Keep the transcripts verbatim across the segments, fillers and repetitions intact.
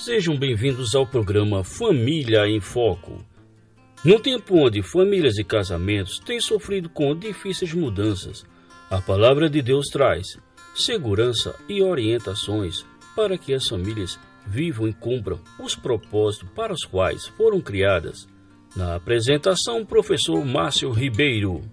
Sejam bem-vindos ao programa Família em Foco. Num tempo onde famílias e casamentos têm sofrido com difíceis mudanças, a palavra de Deus traz segurança e orientações para que as famílias vivam e cumpram os propósitos para os quais foram criadas. Na apresentação, o professor Márcio Ribeiro.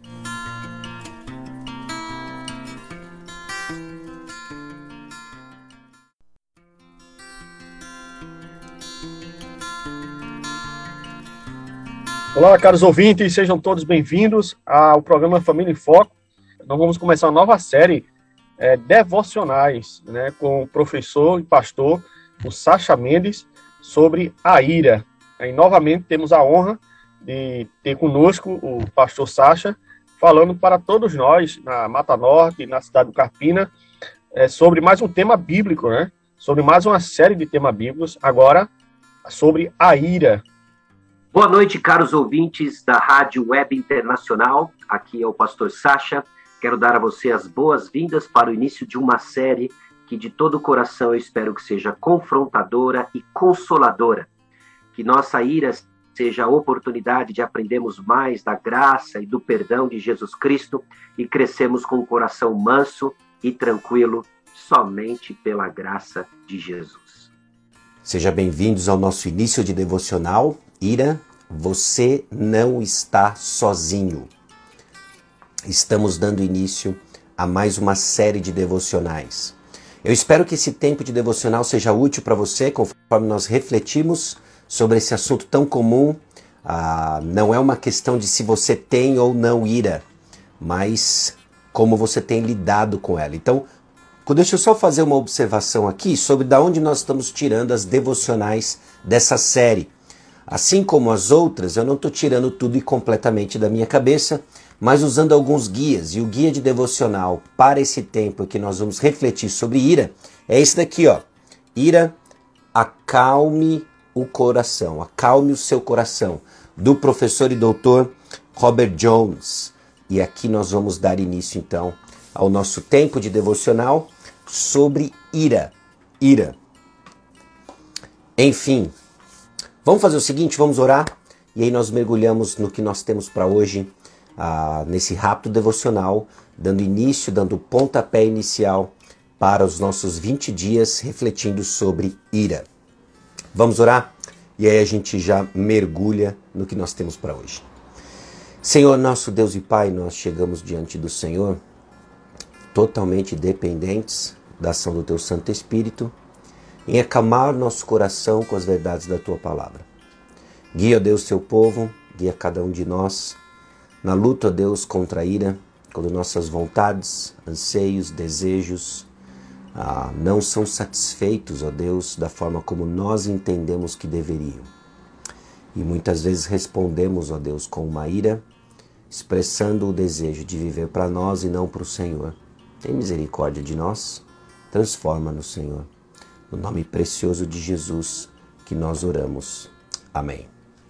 Olá, caros ouvintes, sejam todos bem-vindos ao programa Família em Foco. Nós vamos começar uma nova série é, devocionais, né, com o professor e pastor, o Sacha Mendes, sobre a ira. E novamente temos a honra de ter conosco o pastor Sacha, falando para todos nós, na Mata Norte, na cidade do Carpina, é, sobre mais um tema bíblico, né? Sobre mais uma série de temas bíblicos, agora sobre a ira. Boa noite, caros ouvintes da Rádio Web Internacional. Aqui é o pastor Sacha. Quero dar a você as boas-vindas para o início de uma série que de todo o coração eu espero que seja confrontadora e consoladora. Que nossa ira seja a oportunidade de aprendermos mais da graça e do perdão de Jesus Cristo e crescemos com o coração manso e tranquilo somente pela graça de Jesus. Sejam bem-vindos ao nosso início de devocional. Ira, você não está sozinho. Estamos dando início a mais uma série de devocionais. Eu espero que esse tempo de devocional seja útil para você, conforme nós refletimos sobre esse assunto tão comum. Ah, não é uma questão de se você tem ou não ira, mas como você tem lidado com ela. Então, deixa eu só fazer uma observação aqui sobre de onde nós estamos tirando as devocionais dessa série. Assim como as outras, eu não estou tirando tudo e completamente da minha cabeça, mas usando alguns guias. E o guia de devocional para esse tempo que nós vamos refletir sobre ira é esse daqui, ó. Ira, acalme o coração, acalme o seu coração, do professor e doutor Robert Jones. E aqui nós vamos dar início, então, ao nosso tempo de devocional sobre ira. Ira. Enfim, vamos fazer o seguinte, vamos orar e aí nós mergulhamos no que nós temos para hoje, ah, nesse rápido devocional, dando início, dando pontapé inicial para os nossos vinte dias refletindo sobre ira. Vamos orar? E aí a gente já mergulha no que nós temos para hoje. Senhor, nosso Deus e Pai, nós chegamos diante do Senhor totalmente dependentes da ação do Teu Santo Espírito, em acalmar nosso coração com as verdades da Tua Palavra. Guia, ó Deus, Teu povo, guia cada um de nós na luta, ó Deus, contra a ira, quando nossas vontades, anseios, desejos ah, não são satisfeitos, ó Deus, da forma como nós entendemos que deveriam. E muitas vezes respondemos, ó Deus, com uma ira, expressando o desejo de viver para nós e não para o Senhor. Tem misericórdia de nós, transforma-nos, Senhor. No nome precioso de Jesus que nós oramos. Amém.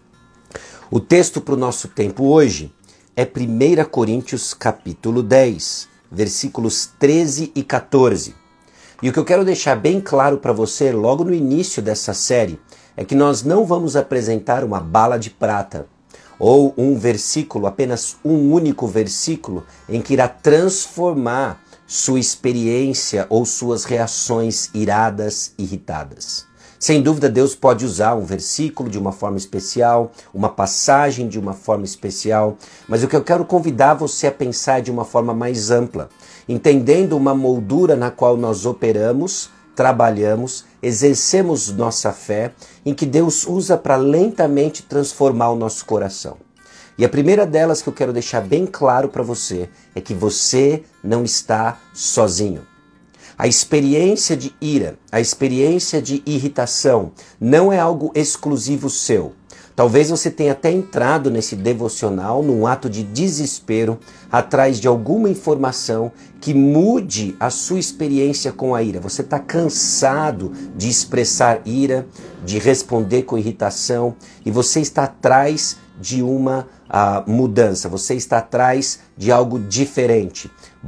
O texto para o nosso tempo hoje é primeira Coríntios capítulo dez, versículos treze e quatorze. E o que eu quero deixar bem claro para você logo no início dessa série é que nós não vamos apresentar uma bala de prata ou um versículo, apenas um único versículo em que irá transformar sua experiência ou suas reações iradas, irritadas. Sem dúvida, Deus pode usar um versículo de uma forma especial, uma passagem de uma forma especial, mas o que eu quero convidar você a pensar é de uma forma mais ampla, entendendo uma moldura na qual nós operamos, trabalhamos, exercemos nossa fé, em que Deus usa para lentamente transformar o nosso coração. E a primeira delas que eu quero deixar bem claro para você é que você não está sozinho. A experiência de ira, a experiência de irritação não é algo exclusivo seu. Talvez você tenha até entrado nesse devocional num ato de desespero, atrás de alguma informação que mude a sua experiência com a ira. Você está cansado de expressar ira, de responder com irritação, e você está atrás de uma uh, mudança, você está atrás de algo diferente. Bom,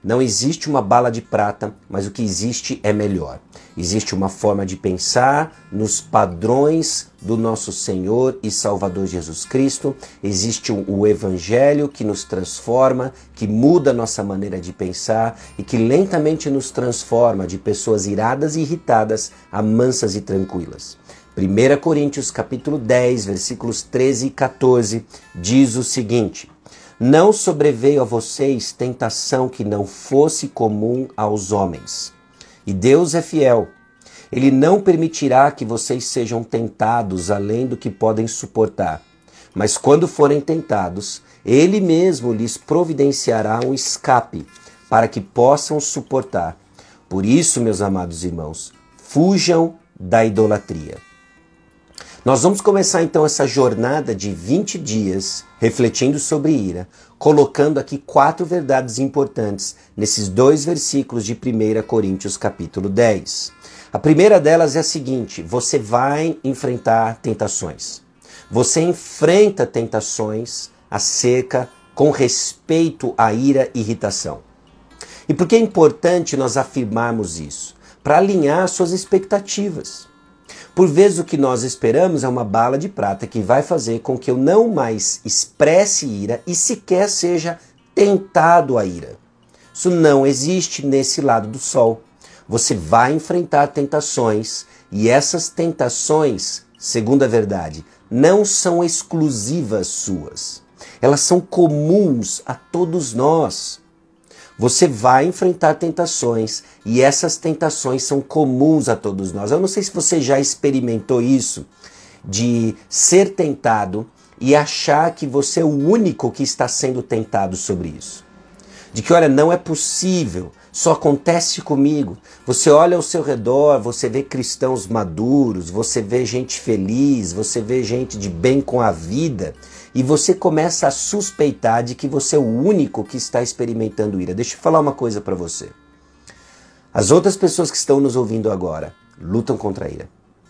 Não existe uma bala de prata, mas o que existe é melhor. Existe uma forma de pensar nos padrões do nosso Senhor e Salvador Jesus Cristo. Existe o Evangelho que nos transforma, que muda a nossa maneira de pensar e que lentamente nos transforma de pessoas iradas e irritadas a mansas e tranquilas. primeira Coríntios capítulo dez, versículos treze e quatorze, diz o seguinte: não sobreveio a vocês tentação que não fosse comum aos homens. E Deus é fiel. Ele não permitirá que vocês sejam tentados além do que podem suportar. Mas quando forem tentados, Ele mesmo lhes providenciará um escape para que possam suportar. Por isso, meus amados irmãos, fujam da idolatria. Nós vamos começar então essa jornada de vinte dias refletindo sobre ira, colocando aqui quatro verdades importantes nesses dois versículos de primeira Coríntios capítulo dez. A primeira delas é a seguinte: você vai enfrentar tentações. Você enfrenta tentações acerca com respeito à ira e irritação. E por que é importante nós afirmarmos isso? Para alinhar suas expectativas. Por vezes o que nós esperamos é uma bala de prata que vai fazer com que eu não mais expresse ira e sequer seja tentado a ira. Isso não existe nesse lado do sol. Você vai enfrentar tentações e essas tentações, segundo a verdade, não são exclusivas suas. Elas são comuns a todos nós. Você vai enfrentar tentações e essas tentações são comuns a todos nós. Eu não sei se você já experimentou isso, de ser tentado e achar que você é o único que está sendo tentado sobre isso. De que, olha, não é possível, só acontece comigo. Você olha ao seu redor, você vê cristãos maduros, você vê gente feliz, você vê gente de bem com a vida e você começa a suspeitar de que você é o único que está experimentando ira. Deixa eu falar uma coisa para você. As outras pessoas que estão nos ouvindo agora lutam contra a ira.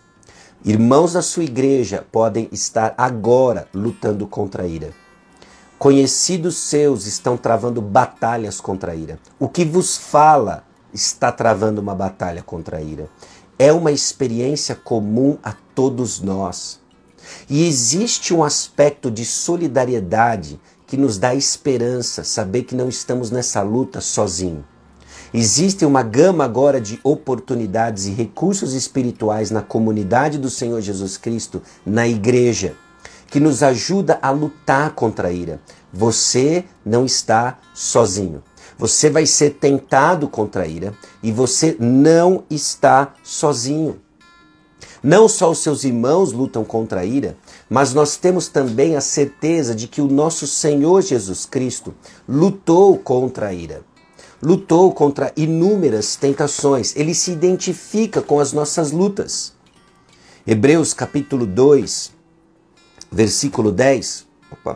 Irmãos da sua igreja podem estar agora lutando contra a ira. Conhecidos seus estão travando batalhas contra a ira. O que vos fala está travando uma batalha contra a ira. É uma experiência comum a todos nós. E existe um aspecto de solidariedade que nos dá esperança, saber que não estamos nessa luta sozinhos. Existe uma gama agora de oportunidades e recursos espirituais na comunidade do Senhor Jesus Cristo, na igreja, que nos ajuda a lutar contra a ira. Você não está sozinho. Você vai ser tentado contra a ira e você não está sozinho. Não só os seus irmãos lutam contra a ira, mas nós temos também a certeza de que o nosso Senhor Jesus Cristo lutou contra a ira. Lutou contra inúmeras tentações. Ele se identifica com as nossas lutas. Hebreus capítulo dois, versículo dez. Opa.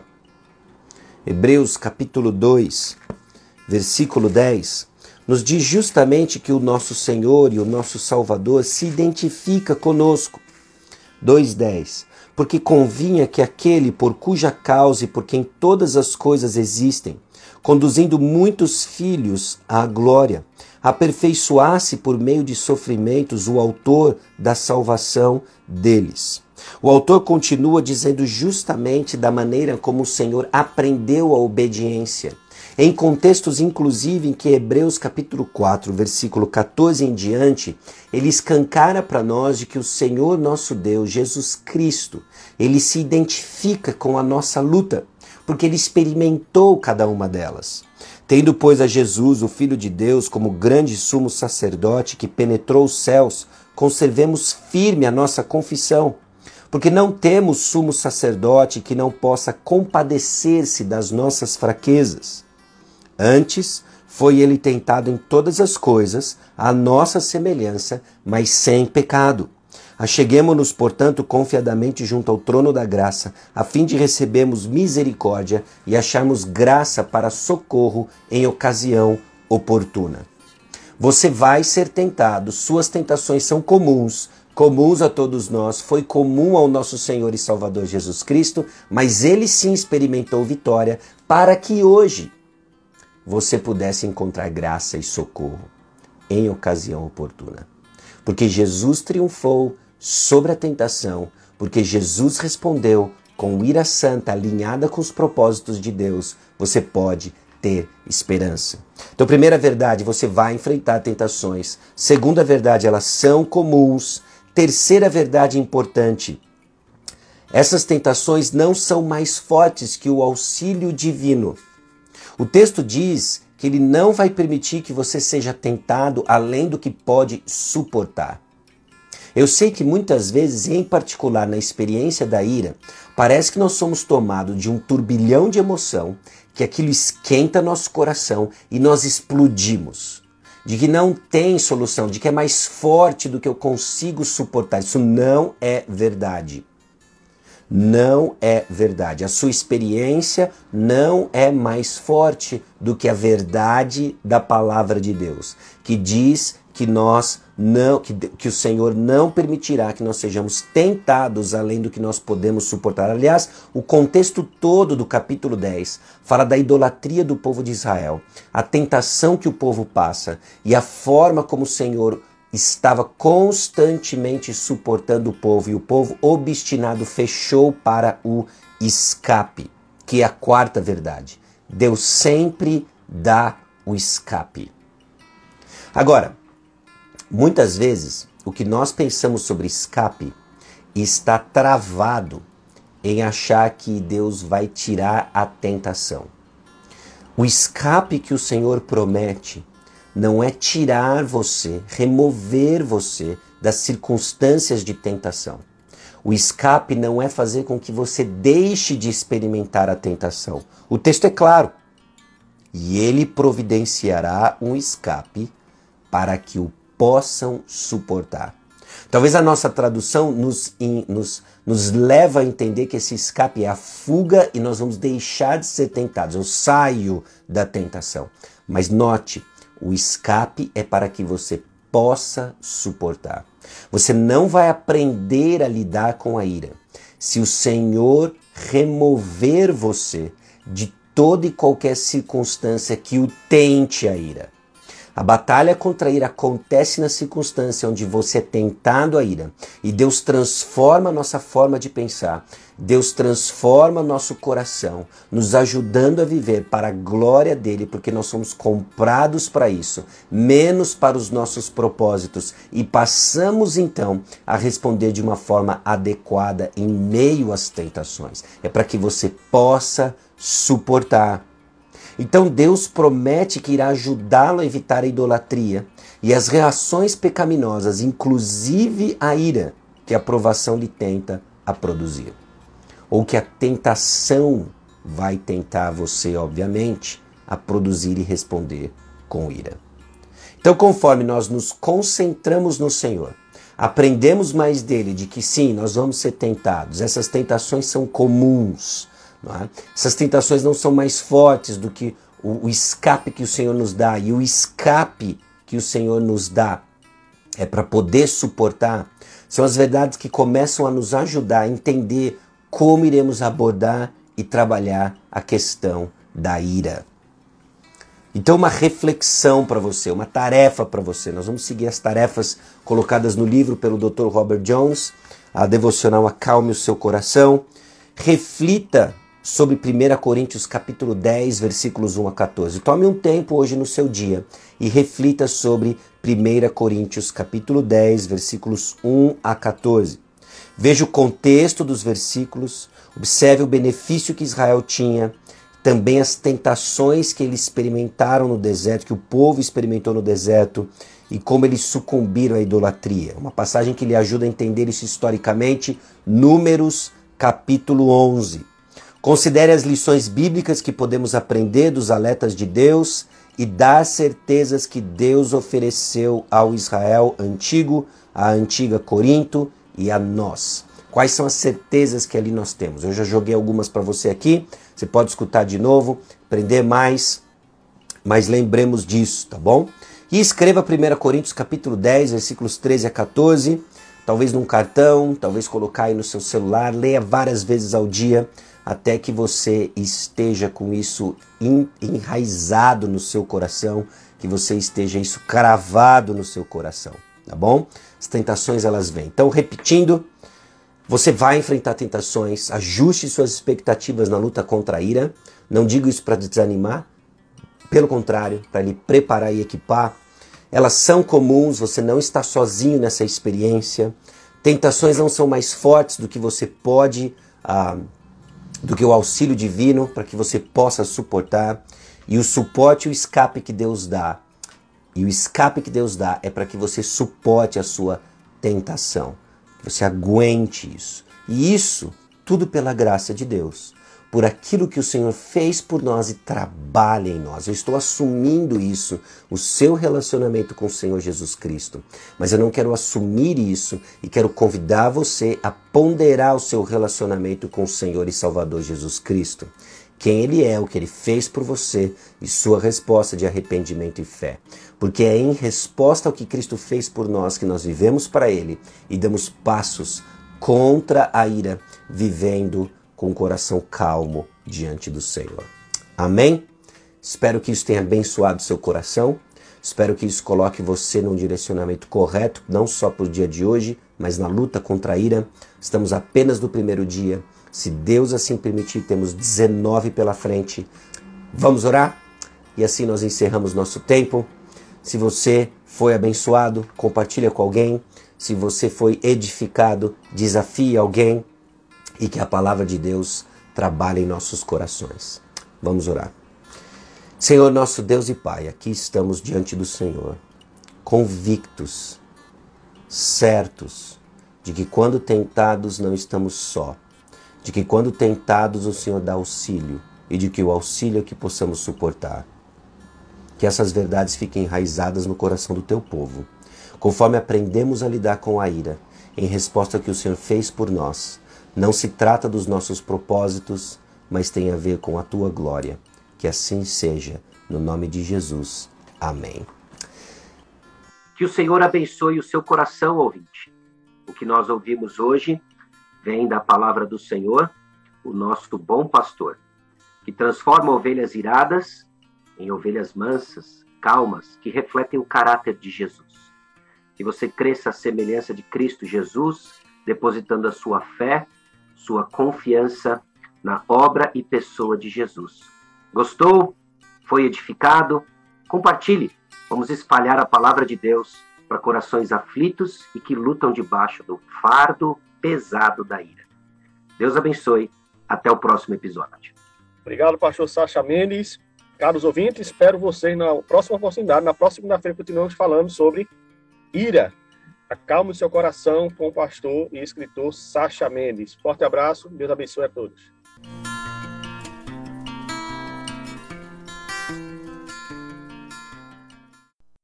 Hebreus capítulo dois, versículo dez. Nos diz justamente que o nosso Senhor e o nosso Salvador se identifica conosco. dois, dez. Porque convinha que aquele por cuja causa e por quem todas as coisas existem, conduzindo muitos filhos à glória, aperfeiçoasse por meio de sofrimentos o autor da salvação deles. O autor continua dizendo justamente da maneira como o Senhor aprendeu a obediência. Em contextos, inclusive, em que Hebreus capítulo quatro, versículo quatorze em diante, ele escancara para nós de que o Senhor nosso Deus, Jesus Cristo, ele se identifica com a nossa luta, porque ele experimentou cada uma delas. Tendo, pois, a Jesus, o Filho de Deus, como grande sumo sacerdote que penetrou os céus, conservemos firme a nossa confissão, porque não temos sumo sacerdote que não possa compadecer-se das nossas fraquezas. Antes, foi ele tentado em todas as coisas, à nossa semelhança, mas sem pecado. Acheguemo-nos, portanto, confiadamente junto ao trono da graça, a fim de recebermos misericórdia e acharmos graça para socorro em ocasião oportuna. Você vai ser tentado, suas tentações são comuns, comuns a todos nós, foi comum ao nosso Senhor e Salvador Jesus Cristo, mas ele sim experimentou vitória para que hoje você pudesse encontrar graça e socorro em ocasião oportuna. Porque Jesus triunfou sobre a tentação, porque Jesus respondeu com ira santa alinhada com os propósitos de Deus, você pode ter esperança. Então, primeira verdade, você vai enfrentar tentações. Segunda verdade, elas são comuns. Terceira verdade importante, essas tentações não são mais fortes que o auxílio divino. O texto diz que ele não vai permitir que você seja tentado além do que pode suportar. Eu sei que muitas vezes, em particular na experiência da ira, parece que nós somos tomados de um turbilhão de emoção, que aquilo esquenta nosso coração e nós explodimos. De que não tem solução, de que é mais forte do que eu consigo suportar. Isso não é verdade. Não é verdade. A sua experiência não é mais forte do que a verdade da palavra de Deus, que diz que nós não, que, que o Senhor não permitirá que nós sejamos tentados além do que nós podemos suportar. Aliás, o contexto todo do capítulo dez fala da idolatria do povo de Israel, a tentação que o povo passa e a forma como o Senhor estava constantemente suportando o povo, e o povo obstinado fechou para o escape, que é a quarta verdade. Deus sempre dá o escape. Agora, muitas vezes, o que nós pensamos sobre escape está travado em achar que Deus vai tirar a tentação. O escape que o Senhor promete não é tirar você, remover você das circunstâncias de tentação. O escape não é fazer com que você deixe de experimentar a tentação. O texto é claro. E ele providenciará um escape para que o possam suportar. Talvez a nossa tradução nos, in, nos, nos leva a entender que esse escape é a fuga e nós vamos deixar de ser tentados. Eu saio da tentação. Mas note, o escape é para que você possa suportar. Você não vai aprender a lidar com a ira se o Senhor remover você de toda e qualquer circunstância que o tente a ira. A batalha contra a ira acontece na circunstância onde você é tentado a ira. E Deus transforma a nossa forma de pensar. Deus transforma nosso coração, nos ajudando a viver para a glória dele, porque nós somos comprados para isso, menos para os nossos propósitos. E passamos então a responder de uma forma adequada em meio às tentações. É para que você possa suportar. Então Deus promete que irá ajudá-lo a evitar a idolatria e as reações pecaminosas, inclusive a ira que a provação lhe tenta a produzir. Ou que a tentação vai tentar você, obviamente, a produzir e responder com ira. Então, conforme nós nos concentramos no Senhor, aprendemos mais dele, de que sim, nós vamos ser tentados, essas tentações são comuns, não é? Essas tentações não são mais fortes do que o, o escape que o Senhor nos dá, e o escape que o Senhor nos dá é para poder suportar. São as verdades que começam a nos ajudar a entender como iremos abordar e trabalhar a questão da ira. Então, uma reflexão para você, uma tarefa para você. Nós vamos seguir as tarefas colocadas no livro pelo doutor Robert Jones, a devocional Acalme o Seu Coração. Reflita sobre primeira Coríntios capítulo dez, versículos um a quatorze. Tome um tempo hoje no seu dia e reflita sobre primeira Coríntios capítulo dez, versículos um a quatorze. Veja o contexto dos versículos, observe o benefício que Israel tinha, também as tentações que eles experimentaram no deserto, que o povo experimentou no deserto, e como eles sucumbiram à idolatria. Uma passagem que lhe ajuda a entender isso historicamente, Números capítulo onze. Considere as lições bíblicas que podemos aprender dos alertas de Deus e das certezas que Deus ofereceu ao Israel antigo, à antiga Corinto e a nós. Quais são as certezas que ali nós temos? Eu já joguei algumas para você aqui, você pode escutar de novo, aprender mais, mas lembremos disso, tá bom? E escreva primeira Coríntios capítulo dez, versículos treze a quatorze, talvez num cartão, talvez colocar aí no seu celular, leia várias vezes ao dia. até que você esteja com isso enraizado no seu coração, que você esteja isso cravado no seu coração, tá bom? As tentações, elas vêm. Então, repetindo, você vai enfrentar tentações, ajuste suas expectativas na luta contra a ira. Não digo isso para desanimar, pelo contrário, para lhe preparar e equipar. Elas são comuns, você não está sozinho nessa experiência. Tentações não são mais fortes do que você pode, ah, do que o auxílio divino, para que você possa suportar. E o suporte e o escape que Deus dá, e o escape que Deus dá é para que você suporte a sua tentação, que você aguente isso. E isso tudo pela graça de Deus, por aquilo que o Senhor fez por nós e trabalha em nós. Eu estou assumindo isso, o seu relacionamento com o Senhor Jesus Cristo. Mas eu não quero assumir isso e quero convidar você a ponderar o seu relacionamento com o Senhor e Salvador Jesus Cristo. Quem Ele é, o que Ele fez por você e sua resposta de arrependimento e fé. Porque é em resposta ao que Cristo fez por nós que nós vivemos para Ele e damos passos contra a ira, vivendo com o coração calmo diante do Senhor. Amém? Espero que isso tenha abençoado seu coração. Espero que isso coloque você num direcionamento correto, não só para o dia de hoje, mas na luta contra a ira. Estamos apenas no primeiro dia. Se Deus assim permitir, temos dezenove pela frente. Vamos orar? E assim nós encerramos nosso tempo. Se você foi abençoado, compartilha com alguém. Se você foi edificado, desafie alguém. E que a palavra de Deus trabalhe em nossos corações. Vamos orar. Senhor, nosso Deus e Pai, aqui estamos diante do Senhor, convictos, certos de que quando tentados não estamos só, de que quando tentados o Senhor dá auxílio e de que o auxílio é que possamos suportar. Que essas verdades fiquem enraizadas no coração do teu povo, conforme aprendemos a lidar com a ira, em resposta ao que o Senhor fez por nós. Não se trata dos nossos propósitos, mas tem a ver com a tua glória. Que assim seja, no nome de Jesus. Amém. Que o Senhor abençoe o seu coração, ouvinte. O que nós ouvimos hoje vem da palavra do Senhor, o nosso bom pastor, que transforma ovelhas iradas em ovelhas mansas, calmas, que refletem o caráter de Jesus. Que você cresça à semelhança de Cristo Jesus, depositando a sua fé, sua confiança na obra e pessoa de Jesus. Gostou? Foi edificado? Compartilhe. Vamos espalhar a palavra de Deus para corações aflitos e que lutam debaixo do fardo pesado da ira. Deus abençoe. Até o próximo episódio. Obrigado, pastor Sacha Mendes. Caros ouvintes, espero vocês na próxima oportunidade. Na próxima segunda-feira continuamos falando sobre ira. Acalme o seu coração com o pastor e escritor Sacha Mendes. Forte abraço. Deus abençoe a todos.